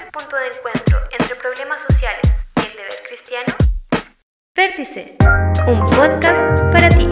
punto de encuentro entre problemas sociales y el deber cristiano? Vértice, un podcast para ti.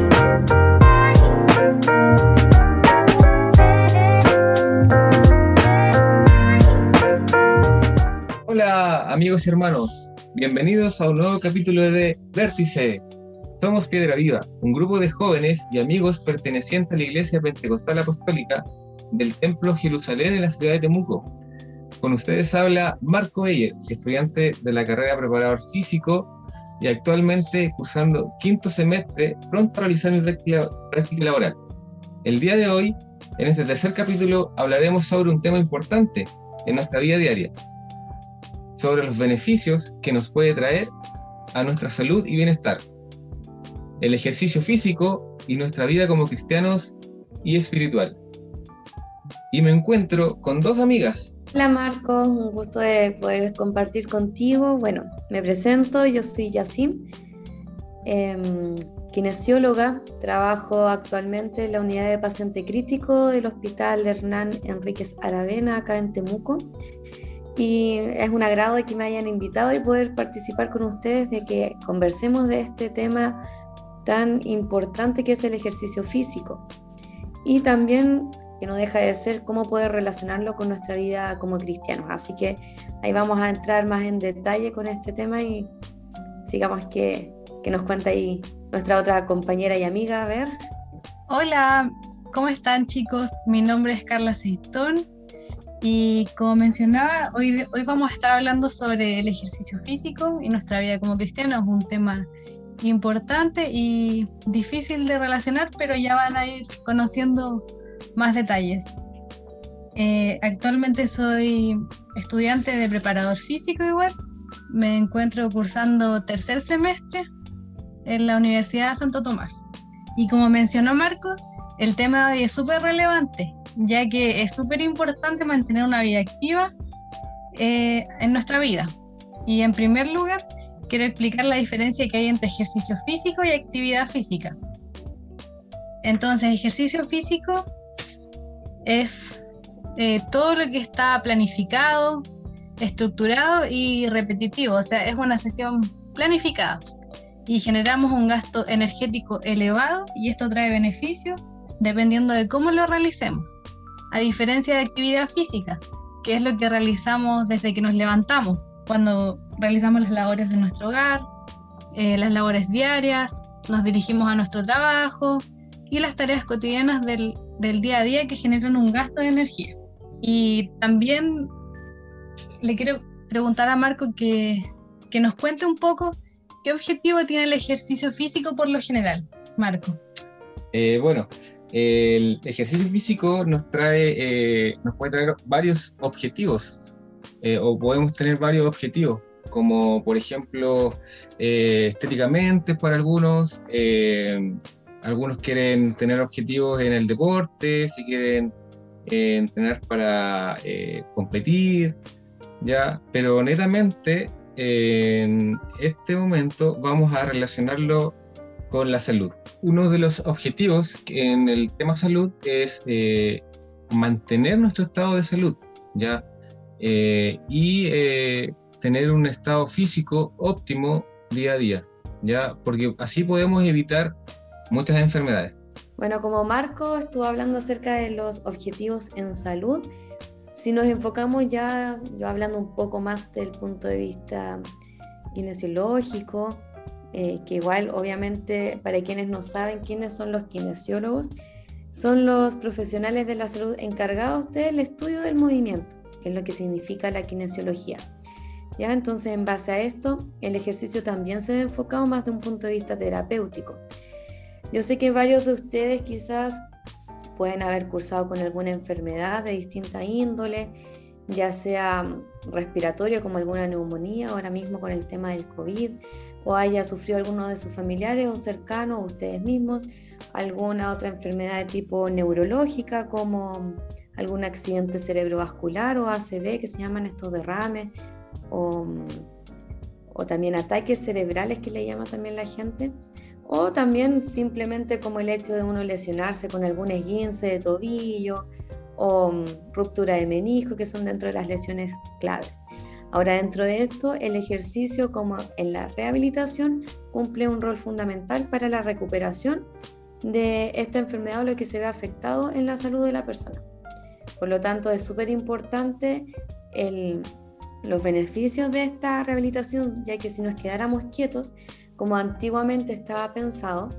Hola amigos y hermanos, bienvenidos a un nuevo capítulo de Vértice. Somos Piedra Viva, un grupo de jóvenes y amigos pertenecientes a la Iglesia Pentecostal Apostólica del Templo Jerusalén en la ciudad de Temuco. Con ustedes habla Marco Beyer, estudiante de la carrera Preparador Físico y actualmente cursando quinto semestre, pronto a realizar mi práctica laboral. El día de hoy, en este tercer capítulo, hablaremos sobre un tema importante en nuestra vida diaria, sobre los beneficios que nos puede traer a nuestra salud y bienestar, el ejercicio físico y nuestra vida como cristianos y espiritual. Y me encuentro con dos amigas. Hola Marco, un gusto de poder compartir contigo. Bueno, me presento, yo soy Yacine, kinesióloga, trabajo actualmente en la unidad de paciente crítico del Hospital Hernán Enríquez Aravena acá en Temuco. Y es un agrado de que me hayan invitado y poder participar con ustedes, de que conversemos de este tema tan importante que es el ejercicio físico. Y también que no deja de ser cómo poder relacionarlo con nuestra vida como cristianos. Así que ahí vamos a entrar más en detalle con este tema y sigamos que nos cuenta ahí nuestra otra compañera y amiga. A ver. Hola, ¿cómo están chicos? Mi nombre es Carla Seitón. Y como mencionaba, hoy vamos a estar hablando sobre el ejercicio físico y nuestra vida como cristianos. Es un tema importante y difícil de relacionar, pero ya van a ir conociendo más detalles. Actualmente soy estudiante de preparador físico igual. Me encuentro cursando tercer semestre en la Universidad de Santo Tomás. Y como mencionó Marco, el tema de hoy es súper relevante, ya que es súper importante mantener una vida activa en nuestra vida. Y en primer lugar, quiero explicar la diferencia que hay entre ejercicio físico y actividad física. Entonces, ejercicio físico es todo lo que está planificado, estructurado y repetitivo. O sea, es una sesión planificada y generamos un gasto energético elevado, y esto trae beneficios dependiendo de cómo lo realicemos. A diferencia de actividad física, que es lo que realizamos desde que nos levantamos, cuando realizamos las labores de nuestro hogar, las labores diarias, nos dirigimos a nuestro trabajo y las tareas cotidianas del día a día, que generan un gasto de energía. Y también le quiero preguntar a Marco que nos cuente un poco qué objetivo tiene el ejercicio físico por lo general. Marco. Bueno, el ejercicio físico nos puede traer varios objetivos, o podemos tener varios objetivos, como por ejemplo estéticamente para algunos. Algunos quieren tener objetivos en el deporte, si quieren entrenar para competir, ¿ya? Pero netamente en este momento vamos a relacionarlo con la salud. Uno de los objetivos en el tema salud es mantener nuestro estado de salud, ¿ya? Tener un estado físico óptimo día a día, ¿ya? Porque así podemos evitar muchas enfermedades. Bueno, como Marco estuvo hablando acerca de los objetivos en salud, si nos enfocamos ya, yo hablando un poco más del punto de vista kinesiológico, que igual obviamente para quienes no saben quiénes son los kinesiólogos, son los profesionales de la salud encargados del estudio del movimiento, que es lo que significa la kinesiología. ¿Ya? Entonces, en base a esto, el ejercicio también se ve enfocado más de un punto de vista terapéutico. Yo sé que varios de ustedes quizás pueden haber cursado con alguna enfermedad de distinta índole, ya sea respiratorio como alguna neumonía, ahora mismo con el tema del COVID, o haya sufrido alguno de sus familiares o cercanos, o ustedes mismos, alguna otra enfermedad de tipo neurológica como algún accidente cerebrovascular o ACV, que se llaman estos derrames, o también ataques cerebrales, que le llama también la gente, o también simplemente como el hecho de uno lesionarse con algún esguince de tobillo o ruptura de menisco, que son dentro de las lesiones claves. Ahora, dentro de esto, el ejercicio, como en la rehabilitación, cumple un rol fundamental para la recuperación de esta enfermedad o lo que se ve afectado en la salud de la persona. Por lo tanto, es súper importante los beneficios de esta rehabilitación, ya que si nos quedáramos quietos, como antiguamente estaba pensado,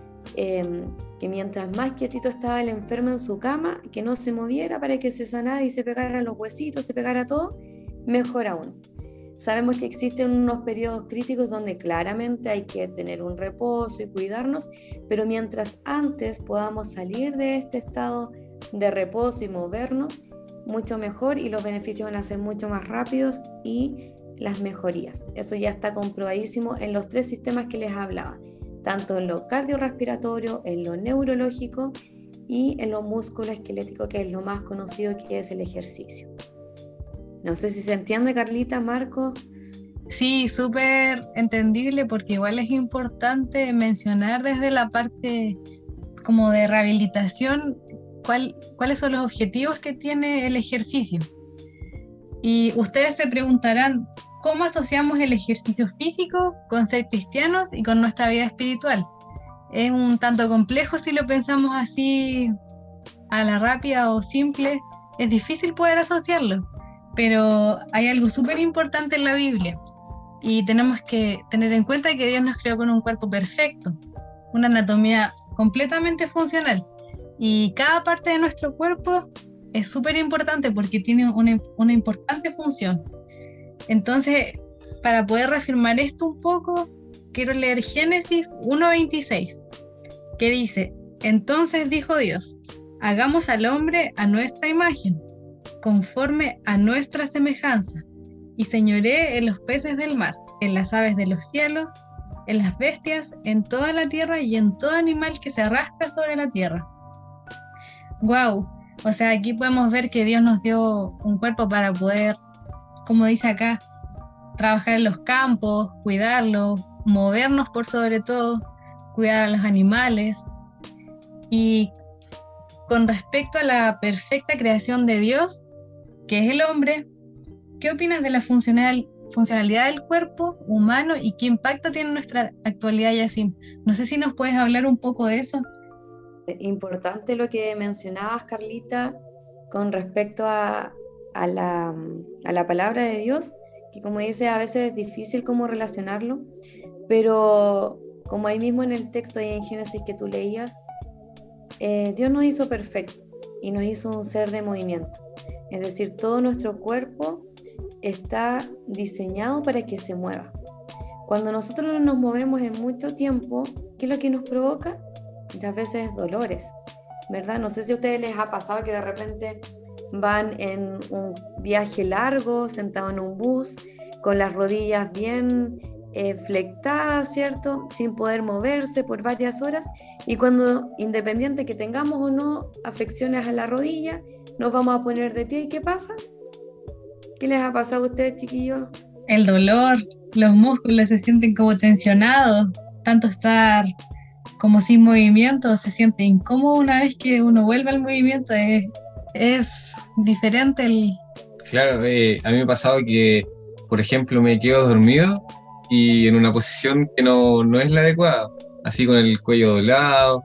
que mientras más quietito estaba el enfermo en su cama, que no se moviera para que se sanara y se pegaran los huesitos, se pegara todo, mejor aún. Sabemos que existen unos periodos críticos donde claramente hay que tener un reposo y cuidarnos, pero mientras antes podamos salir de este estado de reposo y movernos, mucho mejor, y los beneficios van a ser mucho más rápidos y las mejorías. Eso ya está comprobadísimo en los 3 sistemas que les hablaba, tanto en lo cardiorrespiratorio, en lo neurológico y en lo musculoesquelético, que es lo más conocido, que es el ejercicio. No sé si se entiende, Carlita, Marco. Sí, súper entendible, porque igual es importante mencionar desde la parte como de rehabilitación cuáles son los objetivos que tiene el ejercicio. Y ustedes se preguntarán, ¿cómo asociamos el ejercicio físico con ser cristianos y con nuestra vida espiritual? Es un tanto complejo si lo pensamos así a la rápida o simple, es difícil poder asociarlo, pero hay algo súper importante en la Biblia y tenemos que tener en cuenta que Dios nos creó con un cuerpo perfecto, una anatomía completamente funcional, y cada parte de nuestro cuerpo es súper importante porque tiene una importante función. Entonces, para poder reafirmar esto un poco, quiero leer Génesis 1:26, que dice: entonces dijo Dios, hagamos al hombre a nuestra imagen, conforme a nuestra semejanza, y señoree en los peces del mar, en las aves de los cielos, en las bestias, en toda la tierra y en todo animal que se arrastra sobre la tierra. ¡Wow! O sea, aquí podemos ver que Dios nos dio un cuerpo para poder, como dice acá, trabajar en los campos, cuidarlos, movernos por sobre todo, cuidar a los animales. Y con respecto a la perfecta creación de Dios, que es el hombre, ¿qué opinas de la funcionalidad del cuerpo humano y qué impacto tiene en nuestra actualidad, Yacine? No sé si nos puedes hablar un poco de eso. Importante lo que mencionabas, Carlita, con respecto a la palabra de Dios, que como dice, a veces es difícil como relacionarlo, pero como ahí mismo en el texto y en Génesis que tú leías, Dios nos hizo perfectos y nos hizo un ser de movimiento. Es decir, todo nuestro cuerpo está diseñado para que se mueva. Cuando nosotros no nos movemos en mucho tiempo, ¿qué es lo que nos provoca? Muchas veces dolores, ¿verdad? No sé si a ustedes les ha pasado que de repente van en un viaje largo, sentados en un bus, con las rodillas bien flectadas, ¿cierto? Sin poder moverse por varias horas, y cuando, independiente que tengamos o no afecciones a la rodilla, nos vamos a poner de pie. ¿Y qué pasa? ¿Qué les ha pasado a ustedes, chiquillos? El dolor, los músculos se sienten como tensionados, tanto estar como sin movimiento, se siente incómodo. Una vez que uno vuelve al movimiento, es diferente el... Claro, a mí me ha pasado que, por ejemplo, me quedo dormido y en una posición que no es la adecuada, así con el cuello doblado,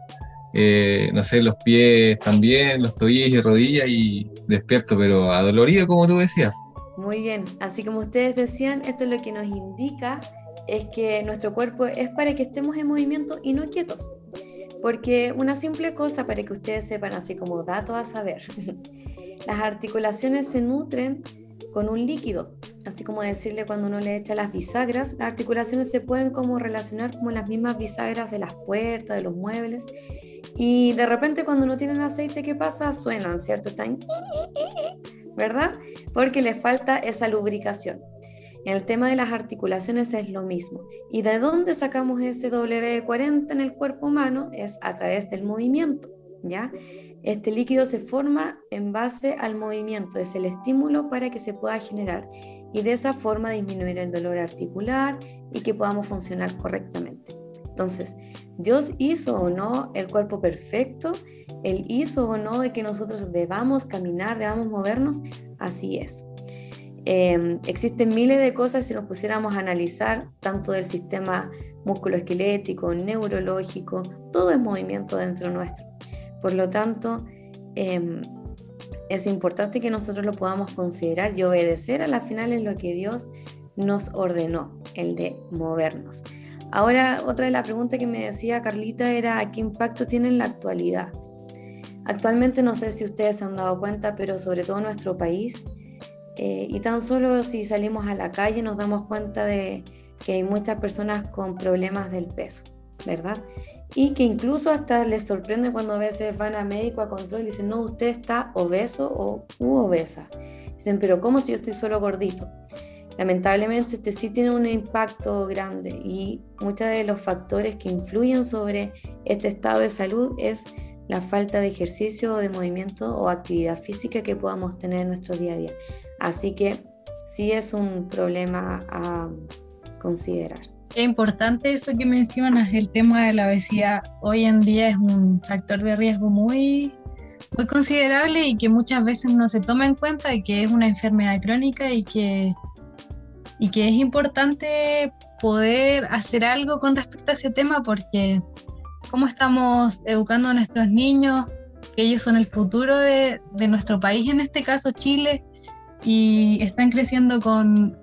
no sé, los pies también, los tobillos y rodillas, y despierto, pero adolorido, como tú decías. Muy bien, así como ustedes decían, esto es lo que nos indica es que nuestro cuerpo es para que estemos en movimiento y no quietos. Porque una simple cosa para que ustedes sepan, así como dato a saber, las articulaciones se nutren con un líquido, así como decirle cuando uno le echa las bisagras, las articulaciones se pueden como relacionar como las mismas bisagras de las puertas, de los muebles, y de repente cuando no tienen aceite, ¿qué pasa? Suenan, ¿cierto? Están, ¿verdad? Porque les falta esa lubricación. En el tema de las articulaciones es lo mismo. ¿Y de dónde sacamos ese W40 en el cuerpo humano? Es a través del movimiento, ¿ya? Este líquido se forma en base al movimiento, es el estímulo para que se pueda generar y de esa forma disminuir el dolor articular y que podamos funcionar correctamente. Entonces, Dios hizo o no el cuerpo perfecto, Él hizo o no de que nosotros debamos caminar, debamos movernos, así es. Existen miles de cosas si nos pusiéramos a analizar, tanto del sistema musculoesquelético, neurológico, todo es movimiento dentro nuestro. Por lo tanto, es importante que nosotros lo podamos considerar y obedecer a las finales lo que Dios nos ordenó, el de movernos. Ahora, otra de las preguntas que me decía Carlita era ¿qué impacto tiene en la actualidad? Actualmente no sé si ustedes se han dado cuenta, pero sobre todo en nuestro país, y tan solo si salimos a la calle nos damos cuenta de que hay muchas personas con problemas del peso, ¿verdad? Y que incluso hasta les sorprende cuando a veces van a médico a control y dicen, no, usted está obeso o obesa. Dicen, pero ¿cómo si yo estoy solo gordito? Lamentablemente este sí tiene un impacto grande y muchos de los factores que influyen sobre este estado de salud es la falta de ejercicio o de movimiento o actividad física que podamos tener en nuestro día a día. Así que sí es un problema a considerar. Qué importante eso que mencionas, el tema de la obesidad. Hoy en día es un factor de riesgo muy considerable y que muchas veces no se toma en cuenta, y que es una enfermedad crónica y que es importante poder hacer algo con respecto a ese tema, porque cómo estamos educando a nuestros niños, que ellos son el futuro de nuestro país, en este caso Chile, y están creciendo con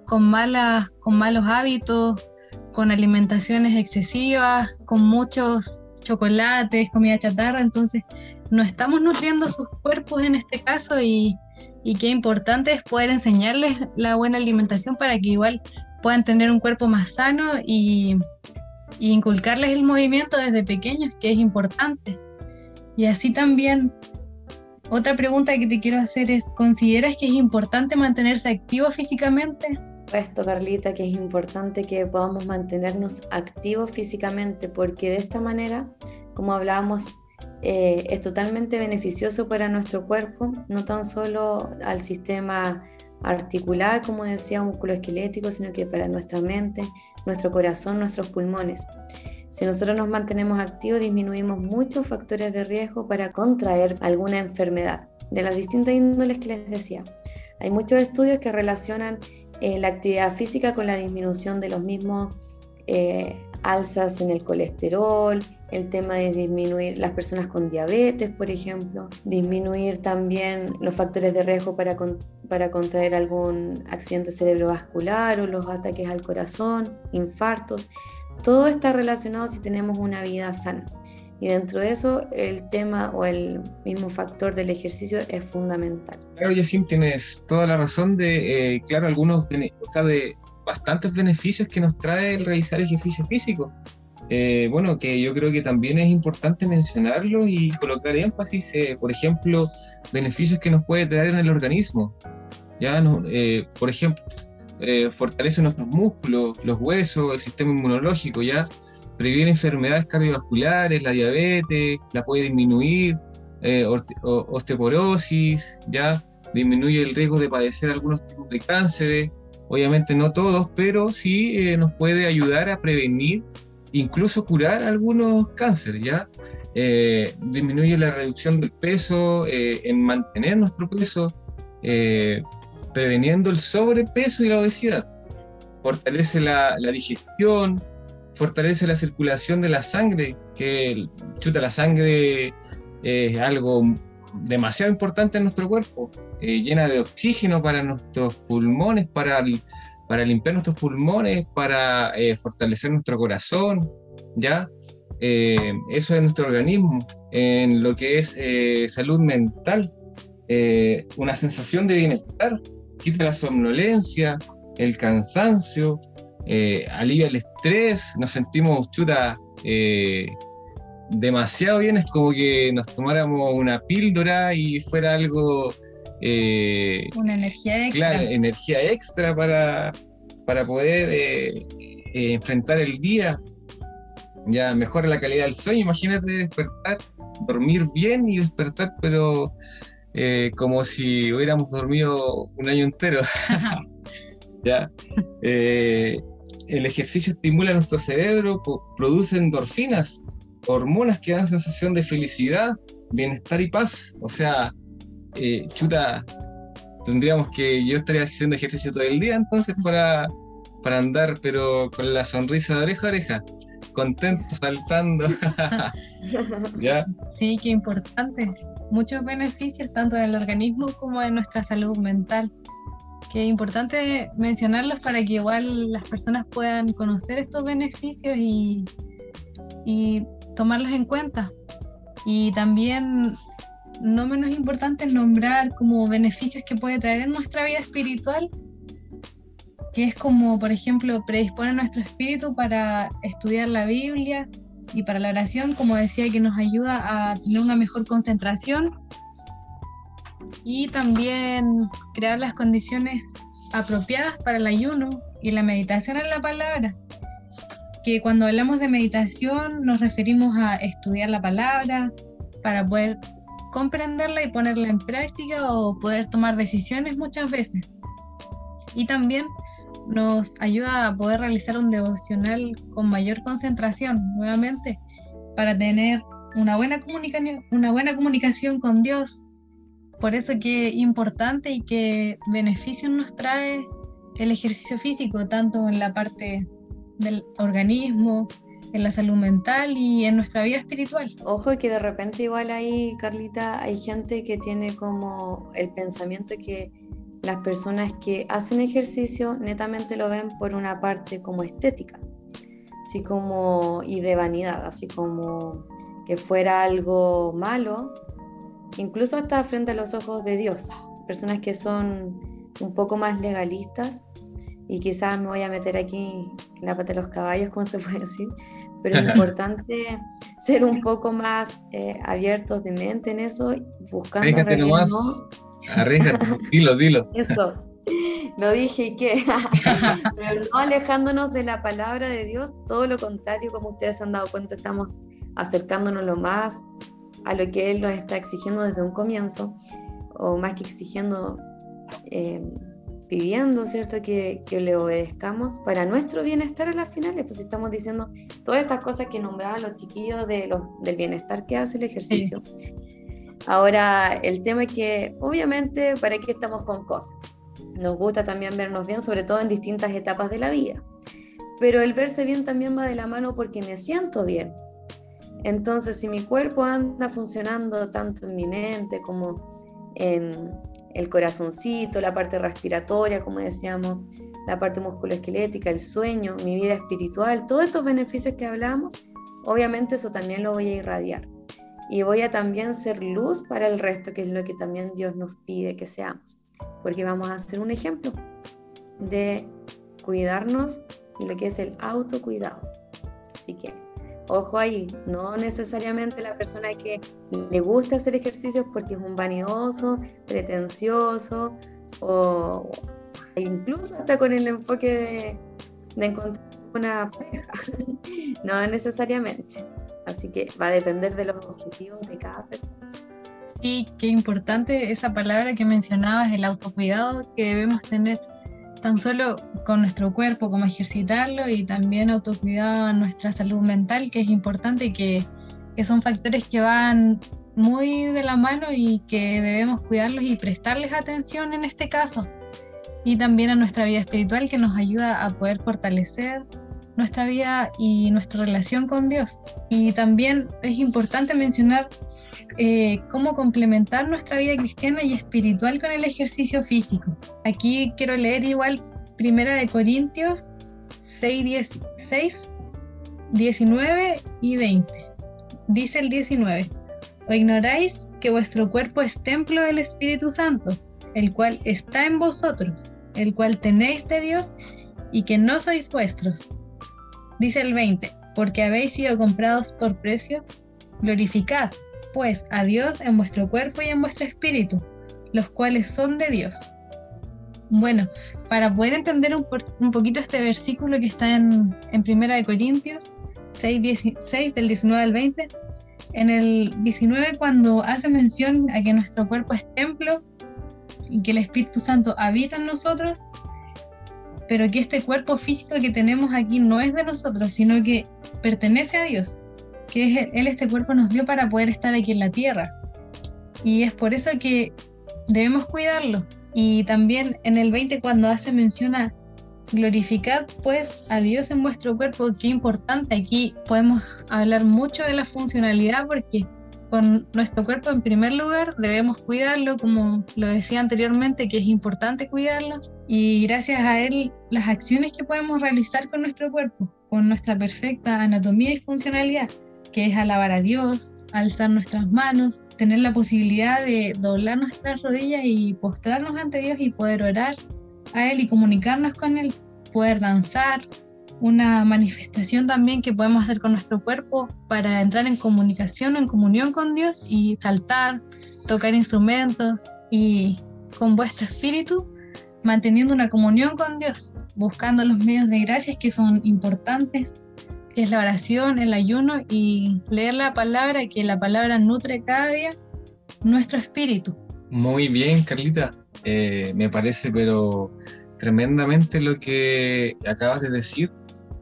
malos hábitos, con alimentaciones excesivas, con muchos chocolates, comida chatarra. Entonces no estamos nutriendo sus cuerpos en este caso, y qué importante es poder enseñarles la buena alimentación para que igual puedan tener un cuerpo más sano y inculcarles el movimiento desde pequeños, que es importante. Y así también, otra pregunta que te quiero hacer es, ¿consideras que es importante mantenerse activo físicamente? Esto, Carlita, que es importante que podamos mantenernos activos físicamente, porque de esta manera, como hablábamos, es totalmente beneficioso para nuestro cuerpo, no tan solo al sistema articular, como decía, musculoesquelético, sino que para nuestra mente, nuestro corazón, nuestros pulmones. Si nosotros nos mantenemos activos, disminuimos muchos factores de riesgo para contraer alguna enfermedad, de las distintas índoles que les decía. Hay muchos estudios que relacionan la actividad física con la disminución de los mismos alzas en el colesterol, el tema de disminuir las personas con diabetes, por ejemplo, disminuir también los factores de riesgo para contraer algún accidente cerebrovascular o los ataques al corazón, infartos. Todo está relacionado si tenemos una vida sana. Y dentro de eso, el tema o el mismo factor del ejercicio es fundamental. Claro, Yacine, tienes toda la razón de, claro, de bastantes beneficios que nos trae el realizar ejercicio físico. Bueno, que yo creo que también es importante mencionarlo y colocar énfasis, por ejemplo, beneficios que nos puede traer en el organismo. Ya, no, por ejemplo, fortalece nuestros músculos, los huesos, el sistema inmunológico, ya previene enfermedades cardiovasculares, la diabetes, la puede disminuir, osteoporosis, ya disminuye el riesgo de padecer algunos tipos de cánceres, obviamente no todos, pero sí nos puede ayudar a prevenir, incluso curar algunos cánceres, ¿ya? Disminuye la reducción del peso, en mantener nuestro peso, preveniendo el sobrepeso y la obesidad. Fortalece la digestión, fortalece la circulación de la sangre, que la sangre es algo demasiado importante en nuestro cuerpo, llena de oxígeno para nuestros pulmones, para limpiar nuestros pulmones, para fortalecer nuestro corazón, ¿ya? Eso es nuestro organismo. En lo que es salud mental, una sensación de bienestar, quita la somnolencia, el cansancio, alivia el estrés, nos sentimos demasiado bien, es como que nos tomáramos una píldora y fuera algo... una energía extra. Claro, energía extra para poder enfrentar el día. Ya mejora la calidad del sueño. Imagínate despertar, dormir bien y despertar, pero como si hubiéramos dormido un año entero. Ya. el ejercicio estimula nuestro cerebro, produce endorfinas, hormonas que dan sensación de felicidad, bienestar y paz. O sea, chuta, yo estaría haciendo ejercicio todo el día entonces para andar, pero con la sonrisa de oreja a oreja, contento, saltando. ¿Ya? Sí, qué importante. Muchos beneficios tanto en el organismo como en nuestra salud mental. Qué importante mencionarlos para que igual las personas puedan conocer estos beneficios y tomarlos en cuenta. Y también, no menos importante, nombrar como beneficios que puede traer en nuestra vida espiritual, que es como, por ejemplo, predispone nuestro espíritu para estudiar la Biblia y para la oración, como decía, que nos ayuda a tener una mejor concentración y también crear las condiciones apropiadas para el ayuno y la meditación en la palabra. Que cuando hablamos de meditación nos referimos a estudiar la palabra para poder comprenderla y ponerla en práctica o poder tomar decisiones muchas veces. Y también nos ayuda a poder realizar un devocional con mayor concentración, nuevamente, para tener una buena comunicación con Dios. Por eso que es importante y qué beneficios nos trae el ejercicio físico, tanto en la parte del organismo, en la salud mental y en nuestra vida espiritual. Ojo que de repente igual ahí, Carlita, hay gente que tiene como el pensamiento que las personas que hacen ejercicio netamente lo ven por una parte como estética, así como y de vanidad, así como que fuera algo malo, incluso hasta frente a los ojos de Dios. Personas que son un poco más legalistas, y quizás me voy a meter aquí en la pata de los caballos, como se puede decir, pero es importante ser un poco más abiertos de mente en eso, buscando en Arriesgate realidad nomás, arriesgate, dilo. eso, lo dije y qué, pero no alejándonos de la palabra de Dios, todo lo contrario, como ustedes se han dado cuenta, estamos acercándonos lo más a lo que Él nos está exigiendo desde un comienzo, o más que exigiendo, pidiendo, ¿cierto? Que le obedezcamos para nuestro bienestar a las finales. Pues estamos diciendo todas estas cosas que nombraban los chiquillos del bienestar que hace el ejercicio. Sí. Ahora, el tema es que, obviamente, ¿para qué estamos con cosas? Nos gusta también vernos bien, sobre todo en distintas etapas de la vida. Pero el verse bien también va de la mano porque me siento bien. Entonces, si mi cuerpo anda funcionando tanto en mi mente como en el corazoncito, la parte respiratoria, como decíamos, la parte musculoesquelética, el sueño, mi vida espiritual, todos estos beneficios que hablamos, obviamente eso también lo voy a irradiar. Y voy a también ser luz para el resto, que es lo que también Dios nos pide que seamos. Porque vamos a hacer un ejemplo de cuidarnos y lo que es el autocuidado. Así que, ojo ahí, no necesariamente la persona que le gusta hacer ejercicios porque es un vanidoso, pretencioso, o incluso hasta con el enfoque de encontrar una pareja. No necesariamente. Así que va a depender de los objetivos de cada persona. Sí, qué importante esa palabra que mencionabas, el autocuidado que debemos tener tan solo con nuestro cuerpo, como ejercitarlo, y también autocuidado en nuestra salud mental, que es importante y que son factores que van muy de la mano y que debemos cuidarlos y prestarles atención en este caso. Y también a nuestra vida espiritual, que nos ayuda a poder fortalecer nuestra vida y nuestra relación con Dios. Y también es importante mencionar cómo complementar nuestra vida cristiana y espiritual con el ejercicio físico. Aquí quiero leer igual 1 Corintios 6, 19 y 20. Dice el 19: ¿O ignoráis que vuestro cuerpo es templo del Espíritu Santo, el cual está en vosotros, el cual tenéis de Dios, y que no sois vuestros? Dice el 20: porque habéis sido comprados por precio, glorificad pues a Dios en vuestro cuerpo y en vuestro espíritu, los cuales son de Dios. Bueno, para poder entender un poquito este versículo que está en 1 Corintios 6, del 19 al 20, en el 19, cuando hace mención a que nuestro cuerpo es templo y que el Espíritu Santo habita en nosotros, pero que este cuerpo físico que tenemos aquí no es de nosotros, sino que pertenece a Dios, que Él este cuerpo nos dio para poder estar aquí en la tierra. Y es por eso que debemos cuidarlo. Y también en el 20, cuando hace mención a glorificad pues a Dios en vuestro cuerpo, qué importante. Aquí podemos hablar mucho de la funcionalidad, porque con nuestro cuerpo en primer lugar debemos cuidarlo, como lo decía anteriormente, que es importante cuidarlo, y gracias a él las acciones que podemos realizar con nuestro cuerpo, con nuestra perfecta anatomía y funcionalidad, que es alabar a Dios, alzar nuestras manos, tener la posibilidad de doblar nuestras rodillas y postrarnos ante Dios y poder orar a Él y comunicarnos con Él, poder danzar, una manifestación también que podemos hacer con nuestro cuerpo para entrar en comunicación, en comunión con Dios, y saltar, tocar instrumentos, y con vuestro espíritu manteniendo una comunión con Dios, buscando los medios de gracias que son importantes, que es la oración, el ayuno y leer la palabra, que la palabra nutre cada día nuestro espíritu. Muy bien, Carlita. Me parece pero tremendamente lo que acabas de decir,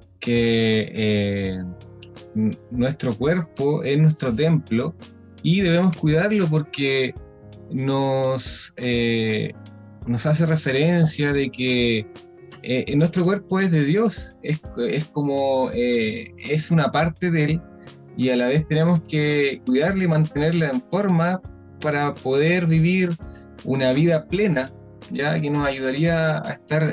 que nuestro cuerpo es nuestro templo y debemos cuidarlo, porque nos hace referencia de que nuestro cuerpo es de Dios, es como es una parte de Él, y a la vez tenemos que cuidarla y mantenerla en forma para poder vivir una vida plena, ya que nos ayudaría a estar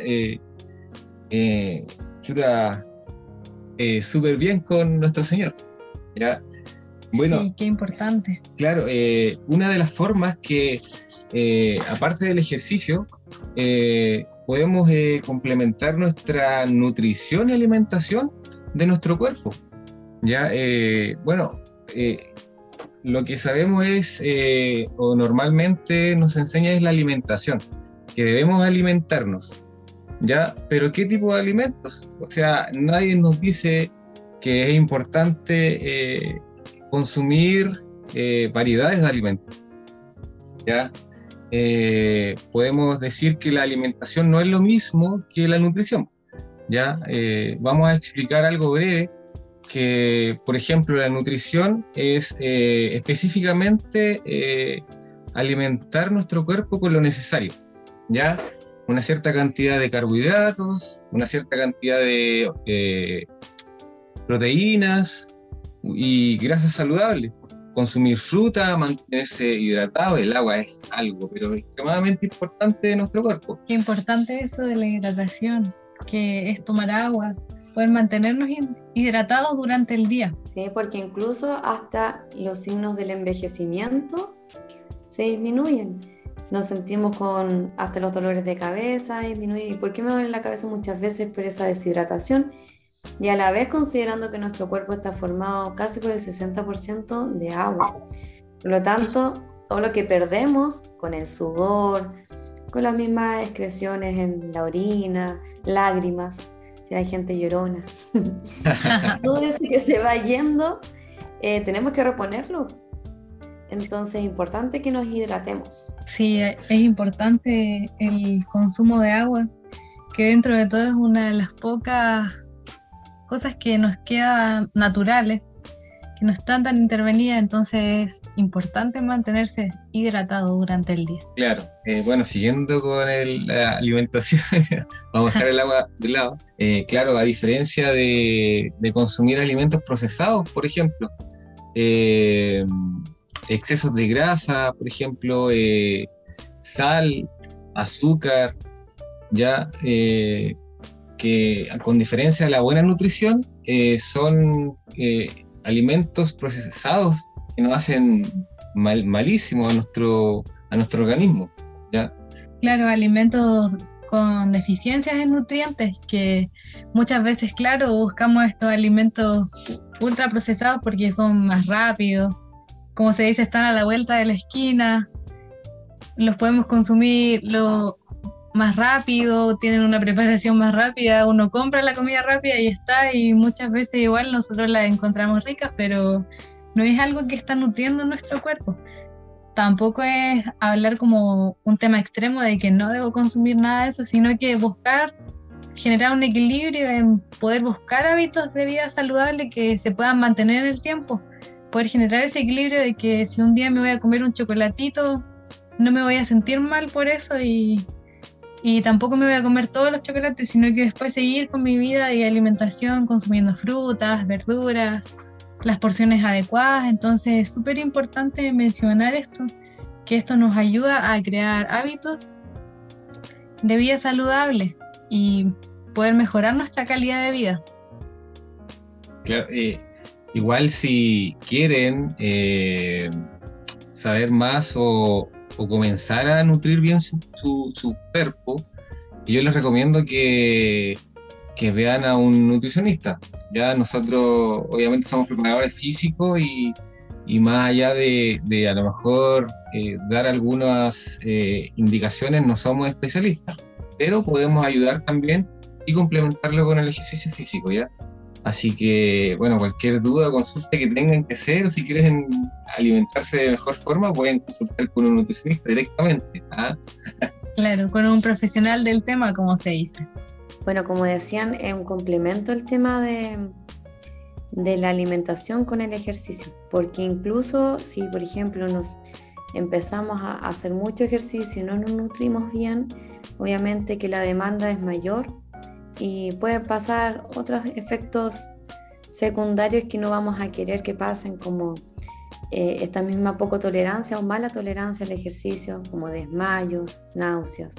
súper bien con nuestro Señor, ¿ya? Bueno, sí, qué importante. Claro, una de las formas que, aparte del ejercicio, podemos complementar nuestra nutrición y alimentación de nuestro cuerpo, ¿ya? Lo que sabemos es, o normalmente nos enseña, es la alimentación, que debemos alimentarnos, ¿ya? Pero ¿qué tipo de alimentos? O sea, nadie nos dice que es importante consumir variedades de alimentos, ¿ya? Podemos decir que la alimentación no es lo mismo que la nutrición, ¿ya? Vamos a explicar algo breve, que, por ejemplo, la nutrición es específicamente alimentar nuestro cuerpo con lo necesario, ¿ya? Una cierta cantidad de carbohidratos, una cierta cantidad de proteínas y grasas saludables. Consumir fruta, mantenerse hidratado. El agua es algo, pero extremadamente importante de nuestro cuerpo. Qué importante eso de la hidratación, que es tomar agua, poder mantenernos hidratados durante el día. Sí, porque incluso hasta los signos del envejecimiento se disminuyen. Nos sentimos con hasta los dolores de cabeza disminuyen. ¿Y por qué me duele la cabeza muchas veces? Por esa deshidratación. Y a la vez considerando que nuestro cuerpo está formado casi por el 60% de agua. Por lo tanto, todo lo que perdemos con el sudor, con las mismas excreciones en la orina, lágrimas, si hay gente llorona, todo eso que se va yendo, tenemos que reponerlo. Entonces es importante que nos hidratemos. Sí, es importante el consumo de agua, que dentro de todo es una de las pocas cosas que nos quedan naturales, que no están tan intervenidas, entonces es importante mantenerse hidratado durante el día. Claro, bueno, siguiendo con la alimentación, vamos a dejar el agua de lado. Claro, a diferencia de consumir alimentos procesados, por ejemplo, excesos de grasa, por ejemplo, sal, azúcar, ya, que con diferencia de la buena nutrición, son alimentos procesados que nos hacen malísimo a nuestro organismo, ¿ya? Claro, alimentos con deficiencias en nutrientes, que muchas veces, claro, buscamos estos alimentos ultra procesados porque son más rápidos, como se dice, están a la vuelta de la esquina, los podemos consumir más rápido, tienen una preparación más rápida, uno compra la comida rápida y está, y muchas veces igual nosotros la encontramos ricas, pero no es algo que está nutriendo nuestro cuerpo. Tampoco es hablar como un tema extremo de que no debo consumir nada de eso, sino que buscar generar un equilibrio en poder buscar hábitos de vida saludable que se puedan mantener en el tiempo, poder generar ese equilibrio de que si un día me voy a comer un chocolatito, no me voy a sentir mal por eso y tampoco me voy a comer todos los chocolates, sino que después seguir con mi vida y alimentación consumiendo frutas, verduras, las porciones adecuadas. Entonces es súper importante mencionar esto, que esto nos ayuda a crear hábitos de vida saludable y poder mejorar nuestra calidad de vida. Claro, igual si quieren saber más o comenzar a nutrir bien su cuerpo, yo les recomiendo que vean a un nutricionista. Ya nosotros obviamente somos preparadores físicos y más allá de a lo mejor dar algunas indicaciones, no somos especialistas, pero podemos ayudar también y complementarlo con el ejercicio físico, ¿ya? Así que, bueno, cualquier duda o consulta que tengan que hacer, o si quieren alimentarse de mejor forma, pueden consultar con un nutricionista directamente, ¿ah? Claro, con un profesional del tema, como se dice. Bueno, como decían, es un complemento el tema de la alimentación con el ejercicio, porque incluso si, por ejemplo, nos empezamos a hacer mucho ejercicio y no nos nutrimos bien, obviamente que la demanda es mayor y pueden pasar otros efectos secundarios que no vamos a querer que pasen, como esta misma poco tolerancia o mala tolerancia al ejercicio, como desmayos, náuseas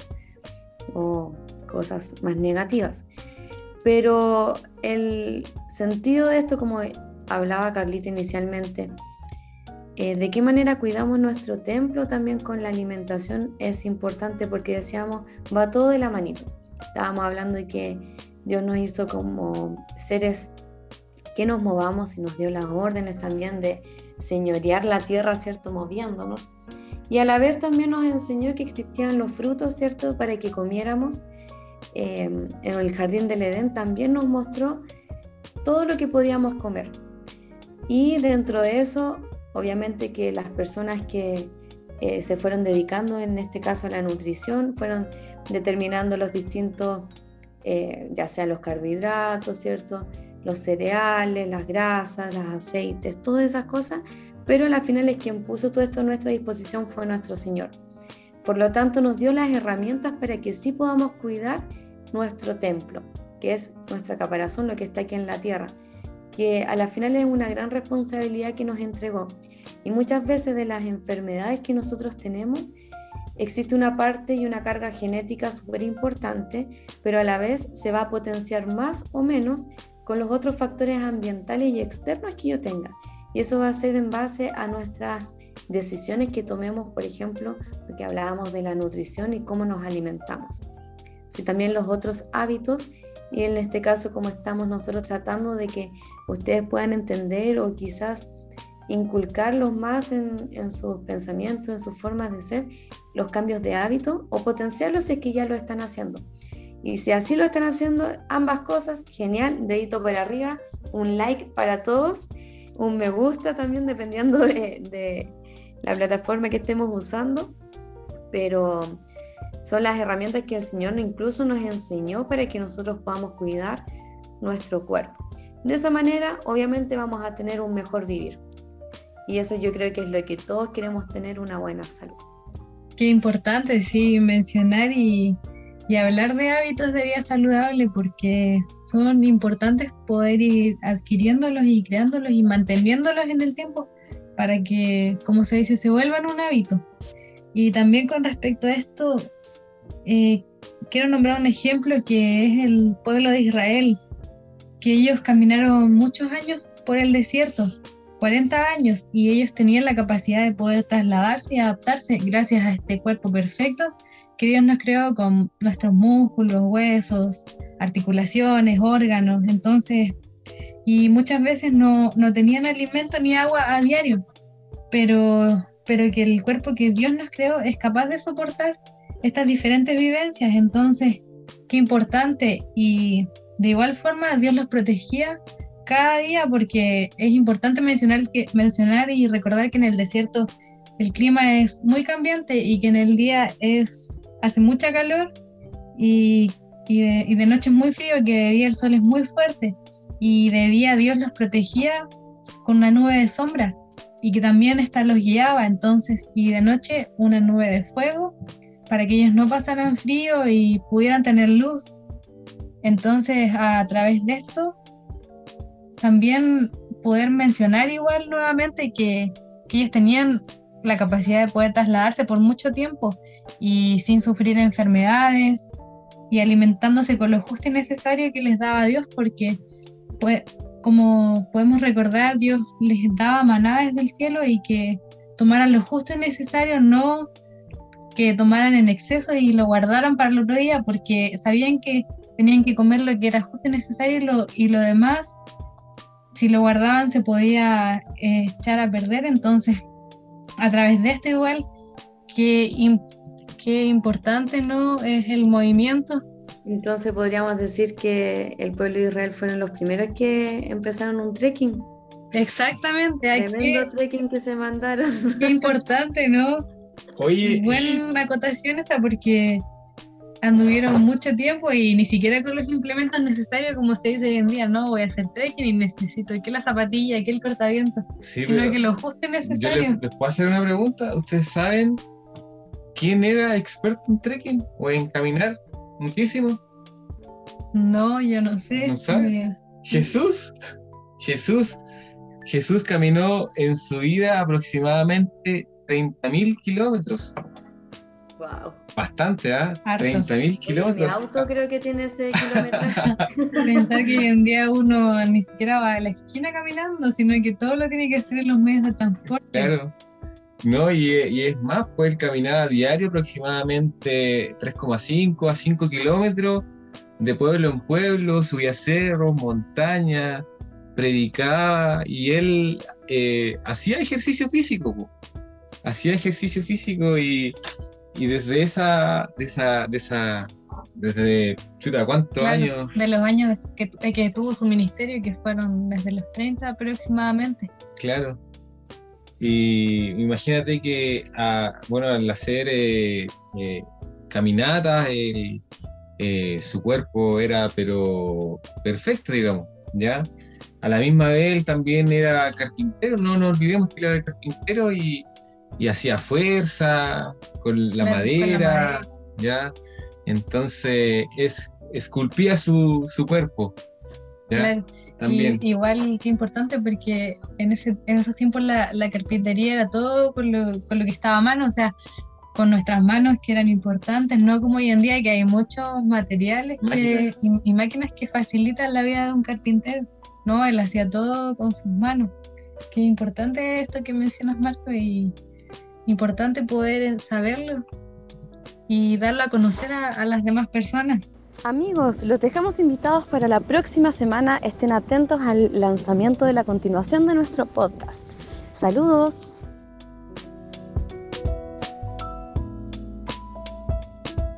o cosas más negativas. Pero el sentido de esto, como hablaba Carlita inicialmente, de qué manera cuidamos nuestro templo también con la alimentación es importante, porque decíamos, va todo de la manito. Estábamos hablando de que Dios nos hizo como seres que nos movamos y nos dio las órdenes también de señorear la tierra, ¿cierto? Moviéndonos. Y a la vez también nos enseñó que existían los frutos, ¿cierto? Para que comiéramos. En el jardín del Edén también nos mostró todo lo que podíamos comer. Y dentro de eso, obviamente que las personas que se fueron dedicando, en este caso a la nutrición, fueron determinando los distintos, ya sea los carbohidratos, ¿cierto? Los cereales, las grasas, los aceites, todas esas cosas, pero al final es quien puso todo esto a nuestra disposición fue nuestro Señor. Por lo tanto, nos dio las herramientas para que sí podamos cuidar nuestro templo, que es nuestra caparazón, lo que está aquí en la tierra, que a la final es una gran responsabilidad que nos entregó. Y muchas veces de las enfermedades que nosotros tenemos, existe una parte y una carga genética súper importante, pero a la vez se va a potenciar más o menos con los otros factores ambientales y externos que yo tenga. Y eso va a ser en base a nuestras decisiones que tomemos, por ejemplo, porque hablábamos de la nutrición y cómo nos alimentamos. Sí, también los otros hábitos, y en este caso como estamos nosotros tratando de que ustedes puedan entender o quizás inculcarlos más en sus pensamientos, en sus formas de ser, los cambios de hábito o potenciarlos si es que ya lo están haciendo. Y si así lo están haciendo, ambas cosas, genial, dedito por arriba, un like para todos, un me gusta también dependiendo de la plataforma que estemos usando, pero son las herramientas que el Señor incluso nos enseñó para que nosotros podamos cuidar nuestro cuerpo. De esa manera, obviamente, vamos a tener un mejor vivir. Y eso yo creo que es lo que todos queremos, tener una buena salud. Qué importante, sí, mencionar y hablar de hábitos de vida saludable, porque son importantes poder ir adquiriéndolos y creándolos y manteniéndolos en el tiempo para que, como se dice, se vuelvan un hábito. Y también con respecto a esto, quiero nombrar un ejemplo que es el pueblo de Israel, que ellos caminaron muchos años por el desierto, 40 años, y ellos tenían la capacidad de poder trasladarse y adaptarse gracias a este cuerpo perfecto que Dios nos creó con nuestros músculos, huesos, articulaciones, órganos. Entonces, y muchas veces no tenían alimento ni agua a diario, pero que el cuerpo que Dios nos creó es capaz de soportar estas diferentes vivencias. Entonces, qué importante. Y de igual forma Dios los protegía cada día, porque es importante mencionar y recordar que en el desierto el clima es muy cambiante y que en el día hace mucha calor y y de noche es muy frío, que de día el sol es muy fuerte, y de día Dios los protegía con una nube de sombra, y que también esta los guiaba, entonces, y de noche una nube de fuego, para que ellos no pasaran frío y pudieran tener luz. Entonces, a través de esto, también poder mencionar igual nuevamente que ellos tenían la capacidad de poder trasladarse por mucho tiempo y sin sufrir enfermedades y alimentándose con lo justo y necesario que les daba Dios, porque pues, como podemos recordar, Dios les daba maná desde el cielo y que tomaran lo justo y necesario, no que tomaran en exceso y lo guardaran para el otro día, porque sabían que tenían que comer lo que era justo y necesario y lo demás, si lo guardaban, se podía echar a perder. Entonces, a través de esto igual, qué importante, ¿no?, es el movimiento. Entonces podríamos decir que el pueblo de Israel fueron los primeros que empezaron un trekking. Exactamente. Tremendo trekking que se mandaron. Qué importante, ¿no? Oye, buena acotación esa, porque anduvieron mucho tiempo y ni siquiera con los implementos necesarios, como se dice hoy en día, no, voy a hacer trekking y necesito que la zapatilla, que el cortaviento, sí, sino que lo justo y necesario. Yo les puedo hacer una pregunta. ¿Ustedes saben quién era experto en trekking o en caminar muchísimo? No, yo no sé. ¿No saben? Jesús caminó en su vida aproximadamente 30.000 kilómetros. Wow. Bastante, ¿ah? ¿Eh? 30.000 kilómetros. Mi auto creo que tiene ese kilometraje. Pensar que hoy en día uno ni siquiera va a la esquina caminando, sino que todo lo tiene que hacer en los medios de transporte. Claro. No, y es más, pues él caminaba a diario aproximadamente 3,5 a 5 kilómetros de pueblo en pueblo, subía cerros, montañas, predicaba y él hacía ejercicio físico, pues. Hacía ejercicio físico y desde desde, chuta, ¿cuántos años? De los años que tuvo su ministerio, que fueron desde los 30 aproximadamente. Claro. Y imagínate que, al hacer caminatas, su cuerpo era pero perfecto, digamos, ¿ya? A la misma vez él también era carpintero, no olvidemos que él era carpintero y hacía fuerza con la madera, ¿ya? Entonces esculpía su cuerpo, ¿ya? Claro. También. Y igual es importante porque en esos tiempos la carpintería era todo con lo que estaba a mano, o sea, con nuestras manos que eran importantes, no como hoy en día que hay muchos materiales y máquinas que facilitan la vida de un carpintero. No, él hacía todo con sus manos. Qué importante esto que mencionas, Marco, y importante poder saberlo y darlo a conocer a las demás personas. Amigos, los dejamos invitados para la próxima semana. Estén atentos al lanzamiento de la continuación de nuestro podcast. Saludos.